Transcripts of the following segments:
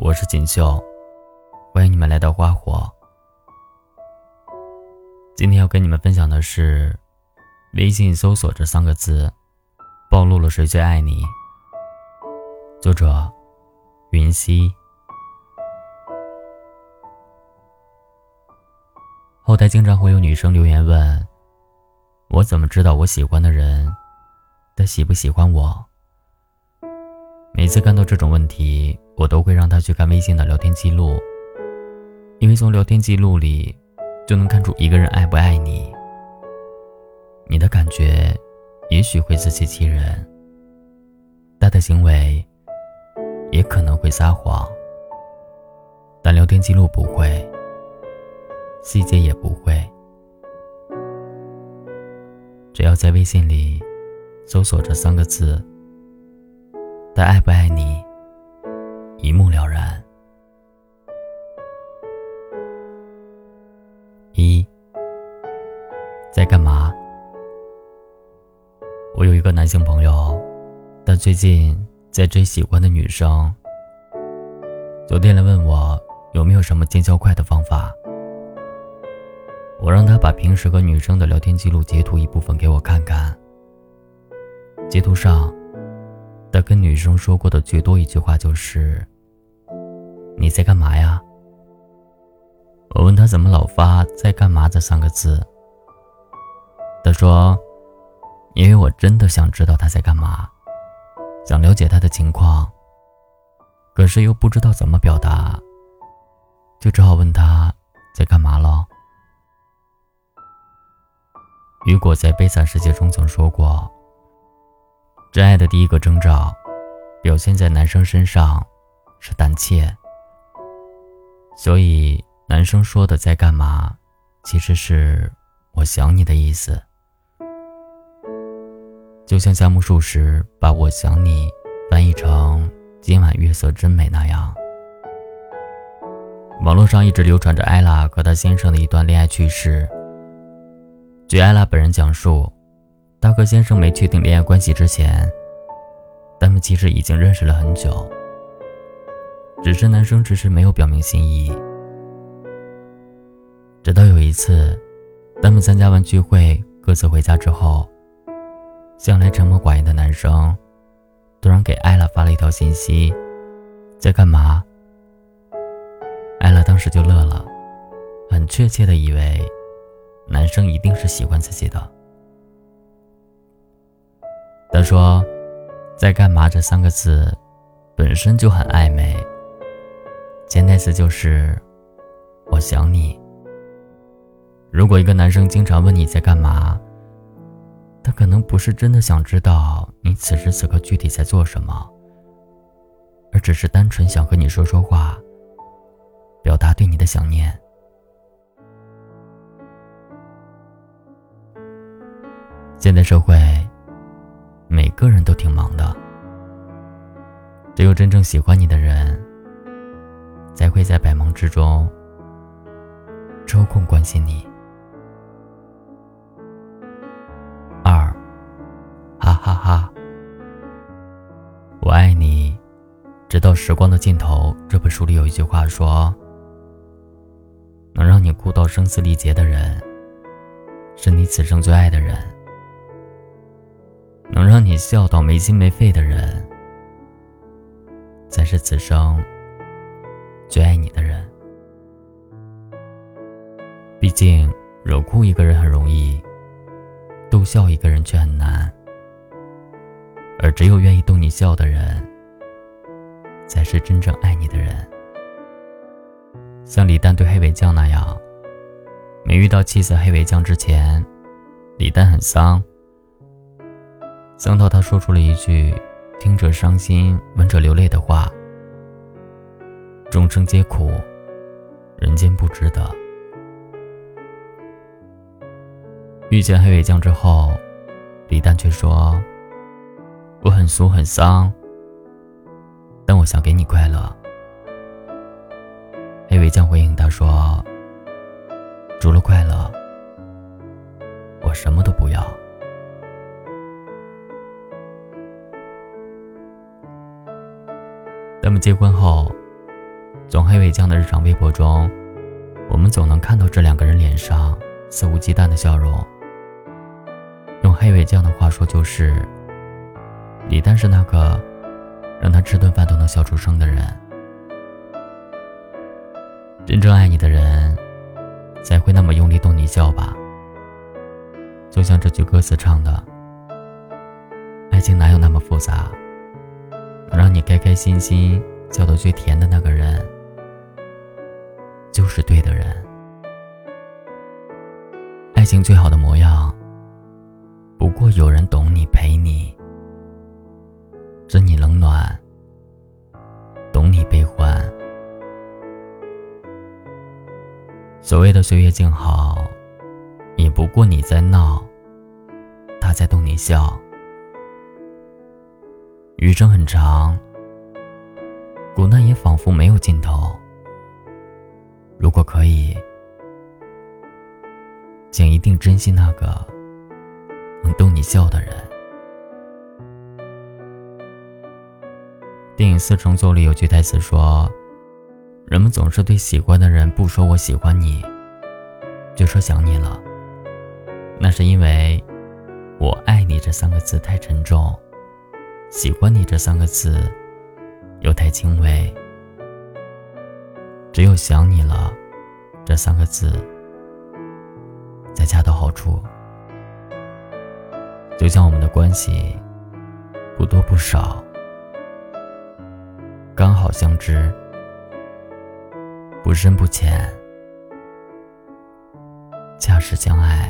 我是锦绣，欢迎你们来到花火。今天要跟你们分享的是，微信搜索这3个字，暴露了谁最爱你。作者云溪。后台经常会有女生留言问，我怎么知道我喜欢的人他喜不喜欢我？每次看到这种问题，我都会让他去看微信的聊天记录，因为从聊天记录里就能看出一个人爱不爱你。你的感觉也许会自欺欺人，他的行为也可能会撒谎，但聊天记录不会，细节也不会。只要在微信里搜索这3个字，他爱不爱你一目了然。1，在干嘛？我有一个男性朋友，他最近在追喜欢的女生，昨天来问我有没有什么见效快的方法。我让他把平时和女生的聊天记录截图一部分给我看看。截图上他跟女生说过的最多一句话就是你在干嘛呀？我问他怎么老发在干嘛这3个字，他说因为我真的想知道他在干嘛，想了解他的情况，可是又不知道怎么表达，就只好问他在干嘛了。雨果在《悲惨世界》中曾说过，真爱的第一个征兆表现在男生身上是胆怯，所以男生说的在干嘛其实是我想你的意思。就像夏目漱石把我想你翻译成今晚月色真美那样。网络上一直流传着艾拉和她先生的一段恋爱趣事。据艾拉本人讲述，她和先生没确定恋爱关系之前，他们其实已经认识了很久，只是男生迟迟没有表明心意。直到有一次，他们参加完聚会各自回家之后，向来沉默寡言的男生突然给艾拉发了一条信息，在干嘛？艾拉当时就乐了，很确切地以为男生一定是喜欢自己的。他说在干嘛这3个字本身就很暧昧，潜台词就是我想你。如果一个男生经常问你在干嘛，他可能不是真的想知道你此时此刻具体在做什么，而只是单纯想和你说说话，表达对你的想念。现代社会每个人都挺忙的，只有真正喜欢你的人才会在百忙之中抽空关心你。2，哈哈哈，我爱你直到时光的尽头。这本书里有一句话说，能让你哭到声嘶力竭的人是你此生最爱的人，能让你笑到没心没肺的人才是此生最爱你的人。毕竟惹哭一个人很容易，逗笑一个人却很难，而只有愿意逗你笑的人才是真正爱你的人。像李诞对黑尾酱那样，没遇到气死黑尾酱之前，李诞很丧到他说出了一句听者伤心闻者流泪的话，众生皆苦，人间不值得。遇见黑尾酱之后，李诞却说，我很俗很丧，但我想给你快乐。黑尾酱回应他说，除了快乐我什么都不要。他们结婚后， 从黑尾酱的日常微博中，我们总能看到这两个人脸上肆无忌惮的笑容。用黑尾酱的话说就是李诞是那个让他吃顿饭都能笑出声的人。真正爱你的人才会那么用力逗你笑吧。就像这句歌词唱的，爱情哪有那么复杂，能让你开开心心笑得最甜的那个人就是对的人。爱情最好的模样不过有人懂你陪你，知你冷暖，懂你悲欢。所谓的岁月静好，也不过你在闹，他在逗你笑。余生很长，苦难也仿佛没有尽头。如果可以，请一定珍惜那个能逗你笑的人。电影《四重奏》里有句台词说，人们总是对喜欢的人不说我喜欢你，就说想你了。那是因为我爱你这三个字太沉重，喜欢你这三个字又太轻微。只有想你了这三个字才恰到好处。就像我们的关系不多不少，刚好相知，不深不浅，恰是相爱。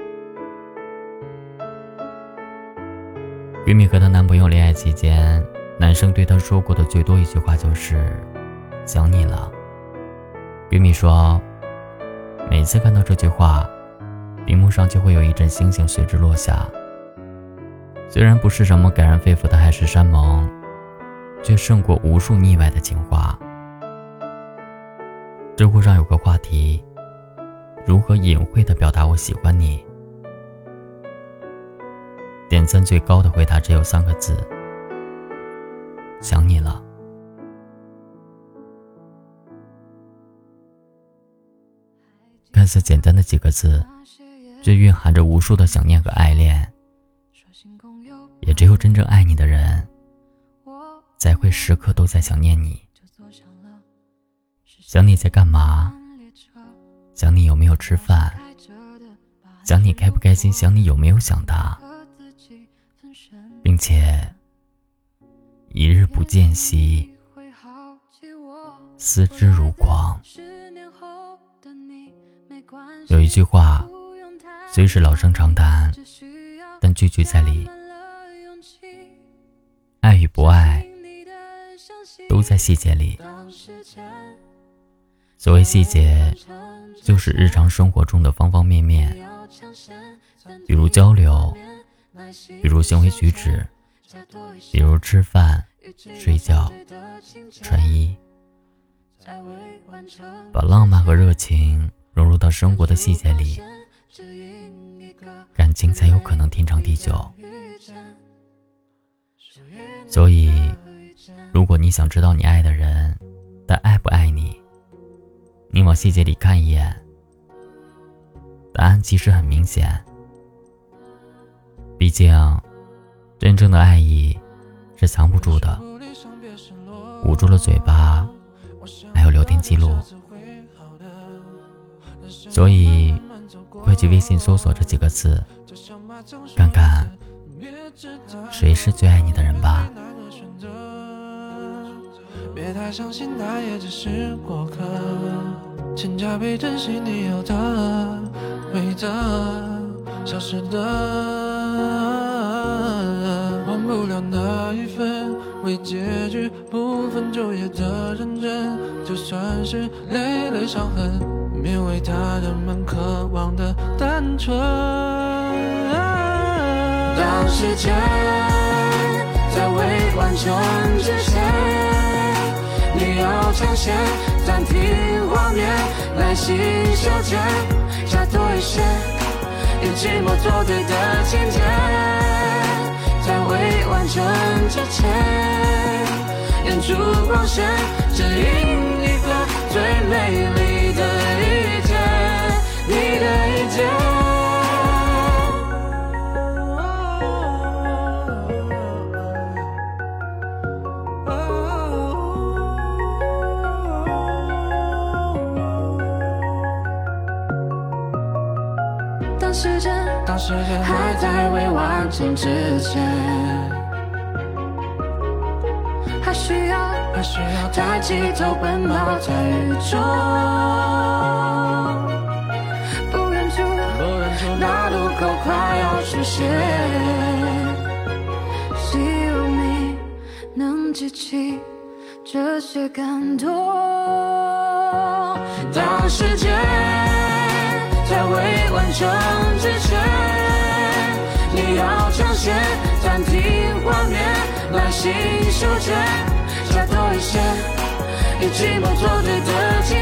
闺蜜和她男朋友恋爱期间，男生对她说过的最多一句话就是想你了。闺蜜说，每次看到这句话，屏幕上就会有一阵星星随之落下。虽然不是什么感人肺腑的海誓山盟，却胜过无数腻歪的情话。知乎上有个话题，如何隐晦地表达我喜欢你？点赞最高的回答只有3个字，想你了。看似简单的几个字，却蕴含着无数的想念和爱恋。也只有真正爱你的人，才会时刻都在想念你。想你在干嘛，想你有没有吃饭，想你开不开心，想你有没有想他，并且一日不见兮，思之如狂。有一句话，虽是老生常谈，但句句在理。爱与不爱，都在细节里。所谓细节，就是日常生活中的方方面面，比如交流，比如行为举止，比如吃饭、睡觉、穿衣。把浪漫和热情融入到生活的细节里，感情才有可能天长地久。所以，如果你想知道你爱的人他爱不爱你，你往细节里看一眼，答案其实很明显。毕竟，真正的爱意是藏不住的，捂住了嘴巴，还有聊天记录。所以，快去微信搜索这几个字，看看谁是最爱你的人吧。 别太相信他也只是过客，请加倍珍惜你有的没的消失的，忘不了那一份为结局不分昼夜的认真，就算是累累伤痕，勉为他人们渴望的单纯。当时间在未完成之前，你要抢先暂停画面，耐心修剪，加多一些用寂寞做对的情节，在未完成之前，演出光线指引一个最美丽的一天，你的一天。当时间还在未完成之前，还需要抬起头奔跑在雨中，不远处那路口快要实现，希望你能记起这些感动。当时间在未完成之前，你要抢先暂停画面，耐心修剪，加多一些，一起摸错对的情